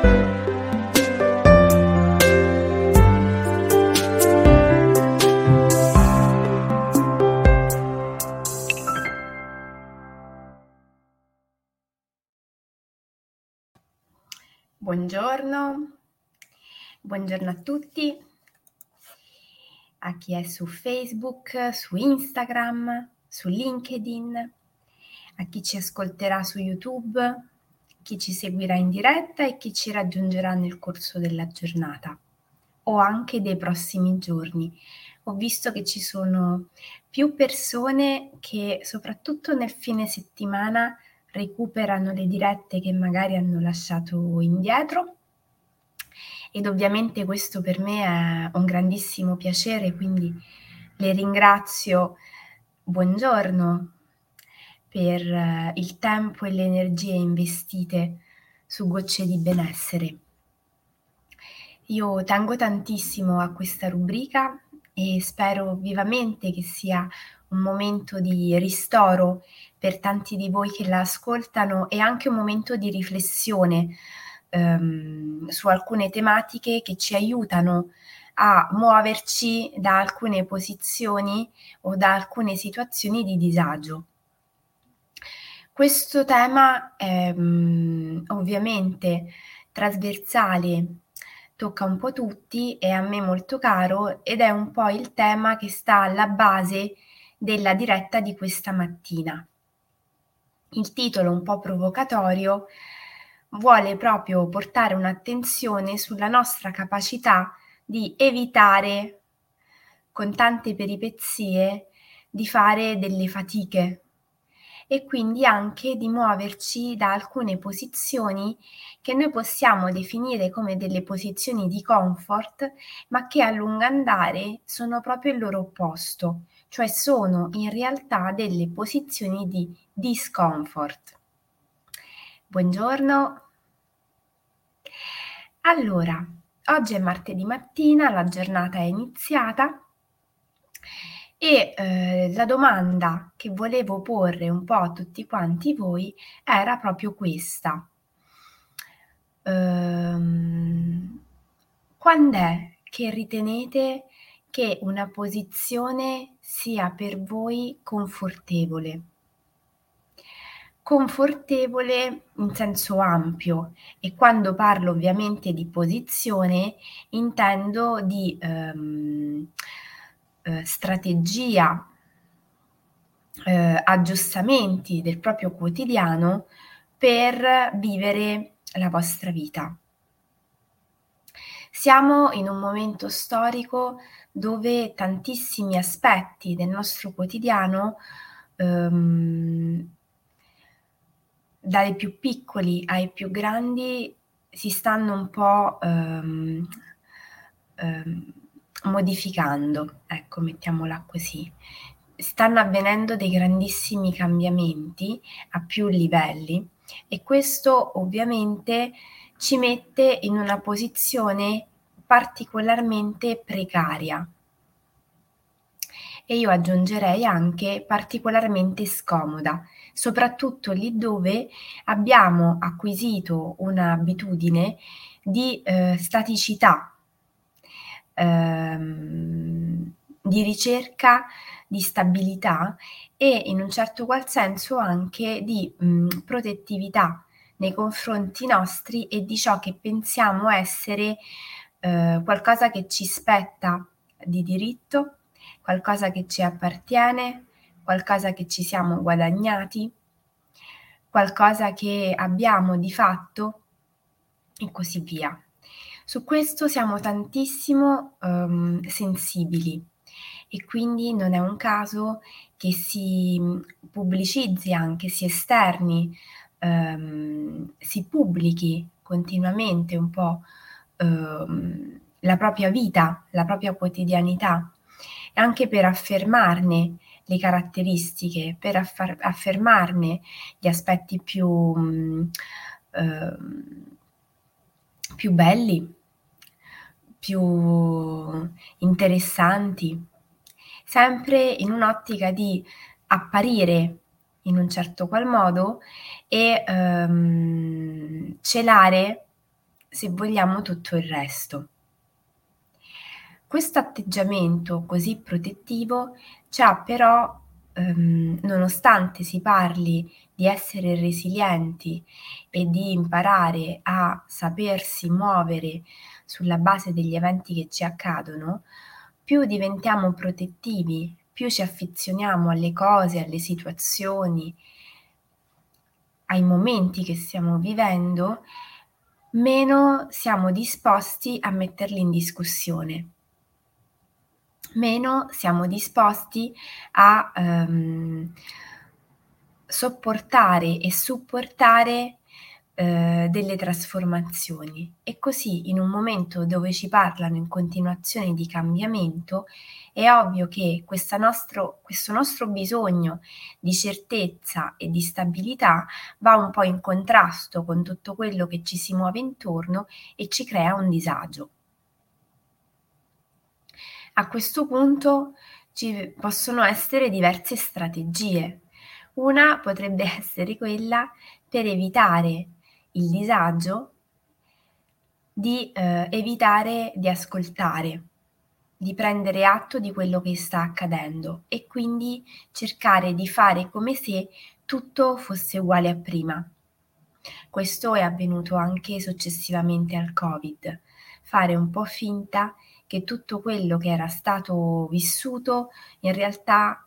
Buongiorno, buongiorno a tutti, a chi è su Facebook, su Instagram, su LinkedIn, a chi ci ascolterà su YouTube, chi ci seguirà in diretta e chi ci raggiungerà nel corso della giornata o anche dei prossimi giorni. Ho visto che ci sono più persone che soprattutto nel fine settimana recuperano le dirette che magari hanno lasciato indietro ed ovviamente questo per me è un grandissimo piacere, quindi le ringrazio. Buongiorno per il tempo e le energie investite su Gocce di Benessere. Io tengo tantissimo a questa rubrica e spero vivamente che sia un momento di ristoro per tanti di voi che la ascoltano e anche un momento di riflessione su alcune tematiche che ci aiutano a muoverci da alcune posizioni o da alcune situazioni di disagio. Questo tema è ovviamente trasversale, tocca un po' tutti, è a me molto caro ed è un po' il tema che sta alla base della diretta di questa mattina. Il titolo un po' provocatorio vuole proprio portare un'attenzione sulla nostra capacità di evitare, con tante peripezie, di fare delle fatiche e quindi anche di muoverci da alcune posizioni che noi possiamo definire come delle posizioni di comfort, ma che a lungo andare sono proprio il loro opposto, cioè sono in realtà delle posizioni di discomfort. Buongiorno. Allora, oggi è martedì mattina, la giornata è iniziata e la domanda che volevo porre un po' a tutti quanti voi era proprio questa. Quand'è che ritenete che una posizione sia per voi confortevole? Confortevole in senso ampio e quando parlo ovviamente di posizione intendo di strategia, aggiustamenti del proprio quotidiano per vivere la vostra vita. Siamo in un momento storico dove tantissimi aspetti del nostro quotidiano, dai più piccoli ai più grandi, si stanno un po', modificando, ecco, mettiamola così. Stanno avvenendo dei grandissimi cambiamenti a più livelli e questo ovviamente ci mette in una posizione particolarmente precaria. E io aggiungerei anche particolarmente scomoda, soprattutto lì dove abbiamo acquisito un'abitudine di staticità, di ricerca di stabilità e in un certo qual senso anche di protettività nei confronti nostri e di ciò che pensiamo essere qualcosa che ci spetta di diritto, qualcosa che ci appartiene, qualcosa che ci siamo guadagnati, qualcosa che abbiamo di fatto e così via. Su questo siamo tantissimo sensibili e quindi non è un caso che si pubblicizzi anche, si esterni, si pubblichi continuamente un po' la propria vita, la propria quotidianità, anche per affermarne le caratteristiche, per affermarne gli aspetti più belli, più interessanti, sempre in un'ottica di apparire in un certo qual modo e celare se vogliamo, tutto il resto. Questo atteggiamento così protettivo ci ha però, nonostante si parli di essere resilienti e di imparare a sapersi muovere sulla base degli eventi che ci accadono, più diventiamo protettivi, più ci affezioniamo alle cose, alle situazioni, ai momenti che stiamo vivendo, meno siamo disposti a metterli in discussione. Meno siamo disposti a, sopportare e supportare, delle trasformazioni. E così, in un momento dove ci parlano in continuazione di cambiamento, è ovvio che questo nostro bisogno di certezza e di stabilità va un po' in contrasto con tutto quello che ci si muove intorno e ci crea un disagio. A questo punto ci possono essere diverse strategie. Una potrebbe essere quella per evitare il disagio, di evitare di ascoltare, di prendere atto di quello che sta accadendo e quindi cercare di fare come se tutto fosse uguale a prima. Questo è avvenuto anche successivamente al Covid. Fare un po' finta che tutto quello che era stato vissuto in realtà,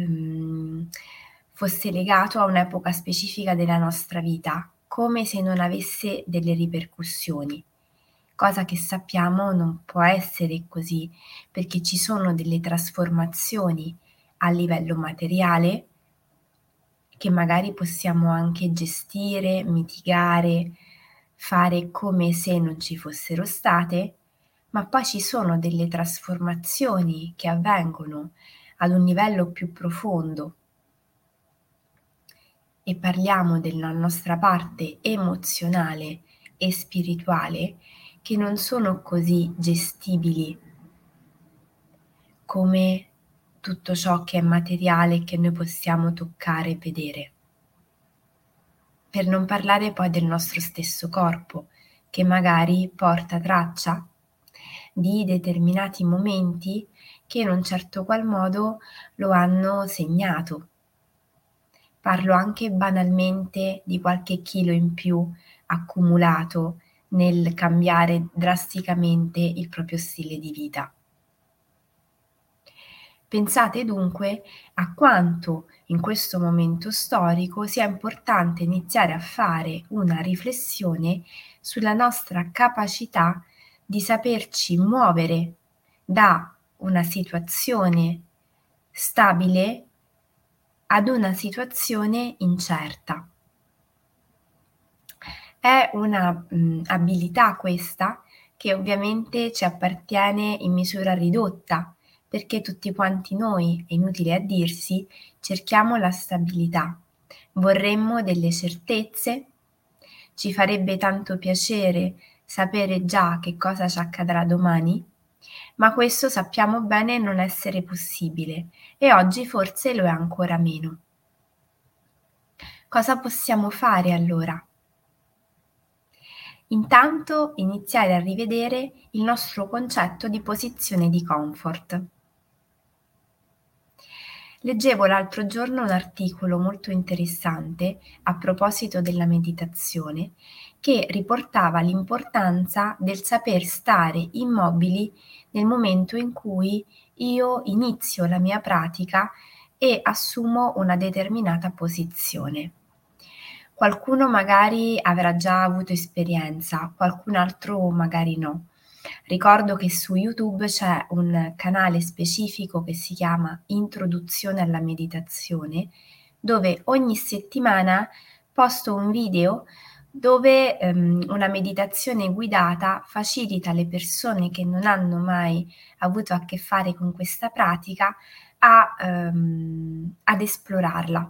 fosse legato a un'epoca specifica della nostra vita, come se non avesse delle ripercussioni. Cosa che sappiamo non può essere così, perché ci sono delle trasformazioni a livello materiale che magari possiamo anche gestire, mitigare, fare come se non ci fossero state, ma poi ci sono delle trasformazioni che avvengono ad un livello più profondo e parliamo della nostra parte emozionale e spirituale che non sono così gestibili come tutto ciò che è materiale e che noi possiamo toccare e vedere. Per non parlare poi del nostro stesso corpo, che magari porta traccia di determinati momenti che in un certo qual modo lo hanno segnato. Parlo anche banalmente di qualche chilo in più accumulato nel cambiare drasticamente il proprio stile di vita. Pensate dunque a quanto in questo momento storico sia importante iniziare a fare una riflessione sulla nostra capacità di saperci muovere da una situazione stabile ad una situazione incerta. È una, abilità questa che ovviamente ci appartiene in misura ridotta, perché tutti quanti noi, è inutile a dirsi, cerchiamo la stabilità. Vorremmo delle certezze, ci farebbe tanto piacere sapere già che cosa ci accadrà domani, ma questo sappiamo bene non essere possibile e oggi forse lo è ancora meno. Cosa possiamo fare allora? Intanto iniziare a rivedere il nostro concetto di posizione di comfort. Leggevo l'altro giorno un articolo molto interessante a proposito della meditazione che riportava l'importanza del saper stare immobili nel momento in cui io inizio la mia pratica e assumo una determinata posizione. Qualcuno magari avrà già avuto esperienza, qualcun altro magari no. Ricordo che su YouTube c'è un canale specifico che si chiama Introduzione alla meditazione, dove ogni settimana posto un video dove una meditazione guidata facilita le persone che non hanno mai avuto a che fare con questa pratica ad esplorarla.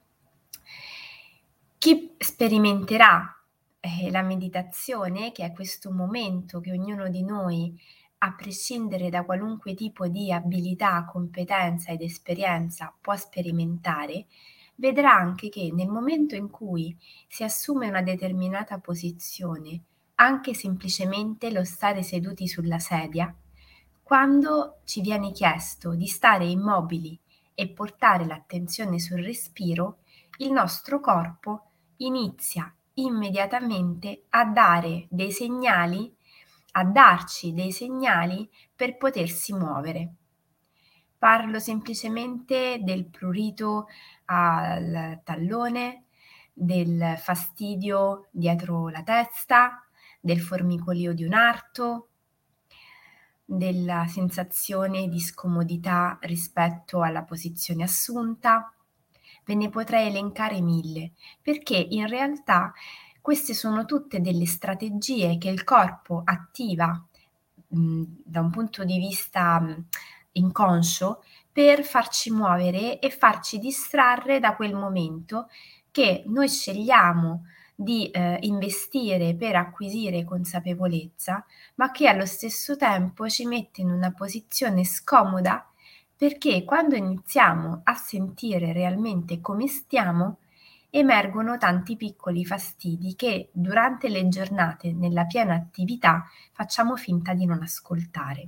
Chi sperimenterà, la meditazione, che è questo momento che ognuno di noi, a prescindere da qualunque tipo di abilità, competenza ed esperienza, può sperimentare, vedrà anche che nel momento in cui si assume una determinata posizione anche semplicemente lo stare seduti sulla sedia, quando ci viene chiesto di stare immobili e portare l'attenzione sul respiro, il nostro corpo inizia immediatamente a dare dei segnali, a darci dei segnali per potersi muovere. Parlo semplicemente del prurito al tallone, del fastidio dietro la testa, del formicolio di un arto, della sensazione di scomodità rispetto alla posizione assunta. Ve ne potrei elencare 1000, perché in realtà queste sono tutte delle strategie che il corpo attiva, da un punto di vista, inconscio, per farci muovere e farci distrarre da quel momento che noi scegliamo di, investire per acquisire consapevolezza, ma che allo stesso tempo ci mette in una posizione scomoda, perché quando iniziamo a sentire realmente come stiamo, emergono tanti piccoli fastidi che durante le giornate nella piena attività facciamo finta di non ascoltare.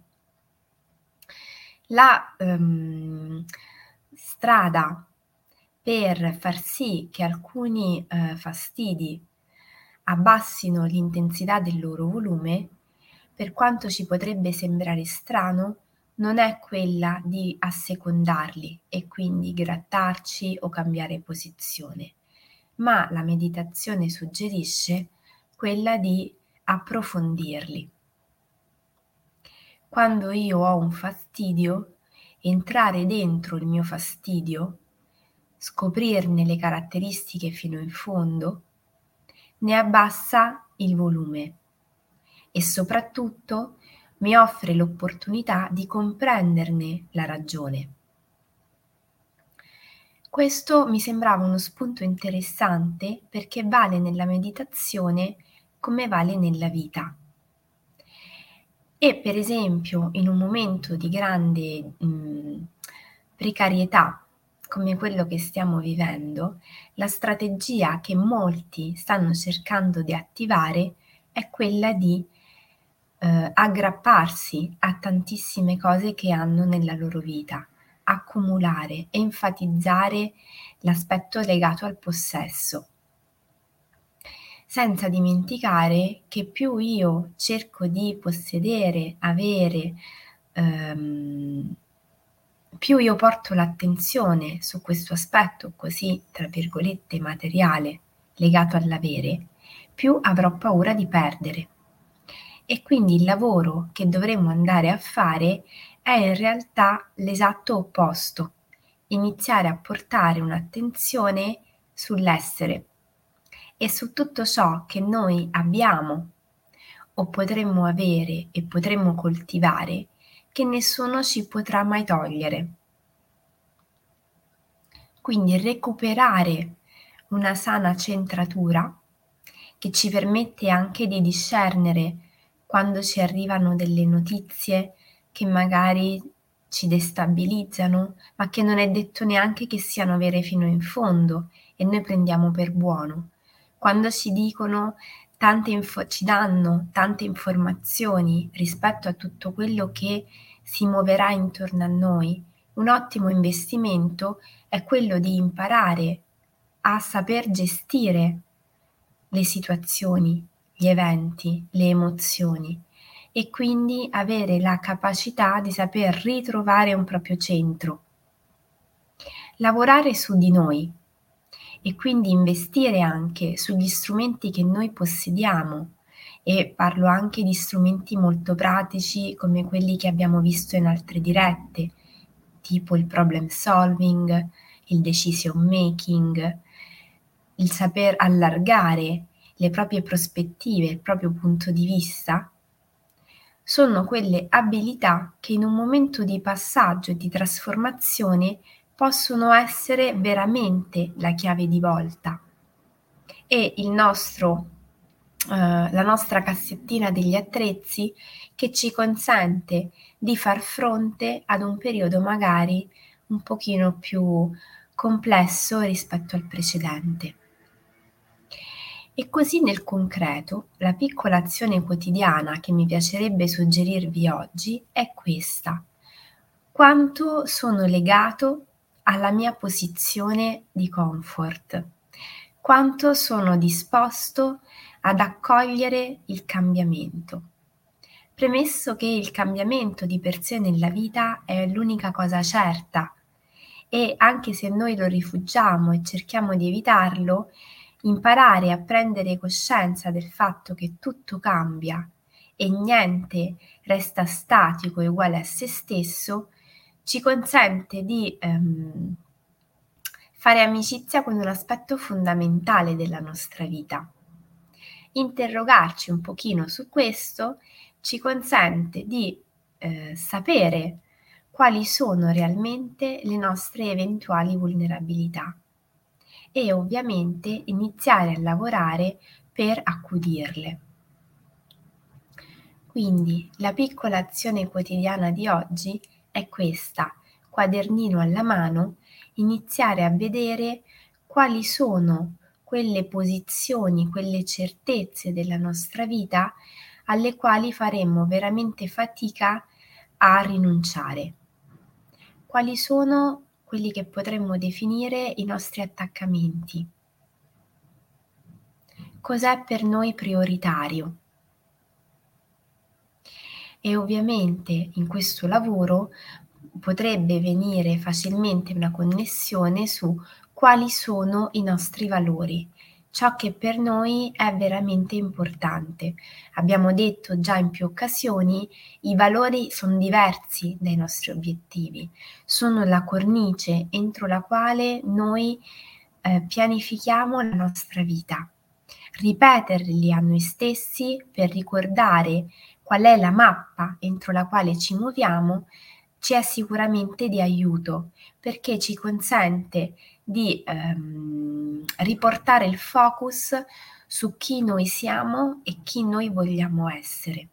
La strada per far sì che alcuni fastidi abbassino l'intensità del loro volume, per quanto ci potrebbe sembrare strano, non è quella di assecondarli e quindi grattarci o cambiare posizione, ma la meditazione suggerisce quella di approfondirli. Quando io ho un fastidio, entrare dentro il mio fastidio, scoprirne le caratteristiche fino in fondo, ne abbassa il volume e soprattutto mi offre l'opportunità di comprenderne la ragione. Questo mi sembrava uno spunto interessante perché vale nella meditazione come vale nella vita. E per esempio in un momento di grande, precarietà come quello che stiamo vivendo, la strategia che molti stanno cercando di attivare è quella di, aggrapparsi a tantissime cose che hanno nella loro vita, accumulare, enfatizzare l'aspetto legato al possesso. Senza dimenticare che più io cerco di possedere, avere, più io porto l'attenzione su questo aspetto così, tra virgolette, "materiale" legato all'avere, più avrò paura di perdere. E quindi il lavoro che dovremmo andare a fare è in realtà l'esatto opposto: iniziare a portare un'attenzione sull'essere e su tutto ciò che noi abbiamo o potremmo avere e potremmo coltivare, che nessuno ci potrà mai togliere. Quindi recuperare una sana centratura che ci permette anche di discernere quando ci arrivano delle notizie che magari ci destabilizzano, ma che non è detto neanche che siano vere fino in fondo e noi prendiamo per buono. Quando ci danno tante informazioni rispetto a tutto quello che si muoverà intorno a noi, un ottimo investimento è quello di imparare a saper gestire le situazioni, gli eventi, le emozioni e quindi avere la capacità di saper ritrovare un proprio centro. Lavorare su di noi e quindi investire anche sugli strumenti che noi possediamo, e parlo anche di strumenti molto pratici come quelli che abbiamo visto in altre dirette, tipo il problem solving, il decision making, il saper allargare le proprie prospettive, il proprio punto di vista, sono quelle abilità che in un momento di passaggio e di trasformazione possono essere veramente la chiave di volta e la nostra cassettina degli attrezzi che ci consente di far fronte ad un periodo magari un pochino più complesso rispetto al precedente. E così nel concreto, la piccola azione quotidiana che mi piacerebbe suggerirvi oggi è questa: quanto sono legato alla mia posizione di comfort, quanto sono disposto ad accogliere il cambiamento. Premesso che il cambiamento di per sé nella vita è l'unica cosa certa e anche se noi lo rifugiamo e cerchiamo di evitarlo, imparare a prendere coscienza del fatto che tutto cambia e niente resta statico e uguale a se stesso, ci consente di fare amicizia con un aspetto fondamentale della nostra vita. Interrogarci un pochino su questo ci consente di sapere quali sono realmente le nostre eventuali vulnerabilità e ovviamente iniziare a lavorare per accudirle. Quindi la piccola azione quotidiana di oggi è questa: quadernino alla mano, iniziare a vedere quali sono quelle posizioni, quelle certezze della nostra vita alle quali faremmo veramente fatica a rinunciare. Quali sono quelli che potremmo definire i nostri attaccamenti? Cos'è per noi prioritario? E ovviamente in questo lavoro potrebbe venire facilmente una connessione su quali sono i nostri valori, ciò che per noi è veramente importante. Abbiamo detto già in più occasioni, i valori son diversi dai nostri obiettivi, sono la cornice entro la quale noi pianifichiamo la nostra vita. Ripeterli a noi stessi per ricordare qual è la mappa entro la quale ci muoviamo ci è sicuramente di aiuto, perché ci consente di riportare il focus su chi noi siamo e chi noi vogliamo essere.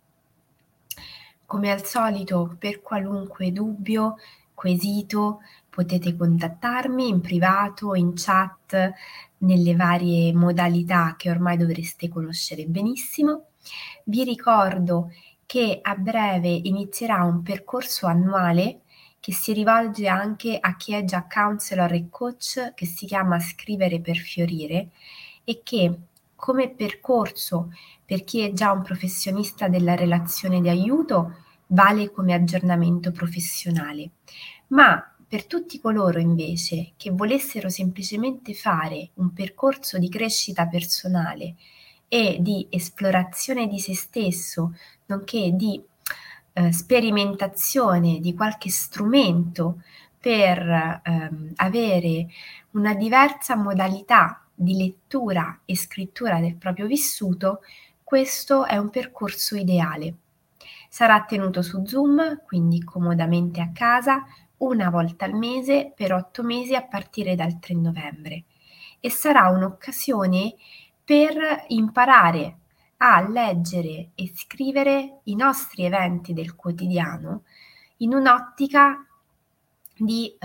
Come al solito, per qualunque dubbio, quesito, potete contattarmi in privato, in chat, nelle varie modalità che ormai dovreste conoscere benissimo. Vi ricordo che a breve inizierà un percorso annuale che si rivolge anche a chi è già counselor e coach, che si chiama Scrivere per fiorire e che come percorso per chi è già un professionista della relazione di aiuto vale come aggiornamento professionale, ma per tutti coloro invece che volessero semplicemente fare un percorso di crescita personale e di esplorazione di se stesso, nonché di sperimentazione di qualche strumento per avere una diversa modalità di lettura e scrittura del proprio vissuto, questo è un percorso ideale. Sarà tenuto su Zoom, quindi comodamente a casa, una volta al mese per 8 mesi a partire dal 3 novembre e sarà un'occasione per imparare a leggere e scrivere i nostri eventi del quotidiano in un'ottica di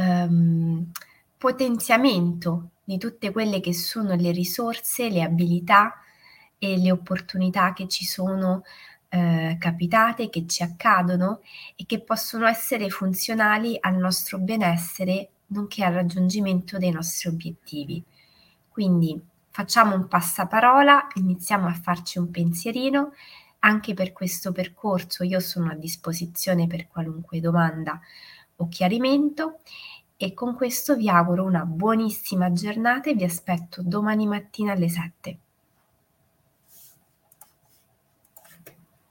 potenziamento di tutte quelle che sono le risorse, le abilità e le opportunità che ci sono capitate, che ci accadono e che possono essere funzionali al nostro benessere, nonché al raggiungimento dei nostri obiettivi. Quindi facciamo un passaparola, iniziamo a farci un pensierino. Anche per questo percorso io sono a disposizione per qualunque domanda o chiarimento e con questo vi auguro una buonissima giornata e vi aspetto domani mattina alle 7.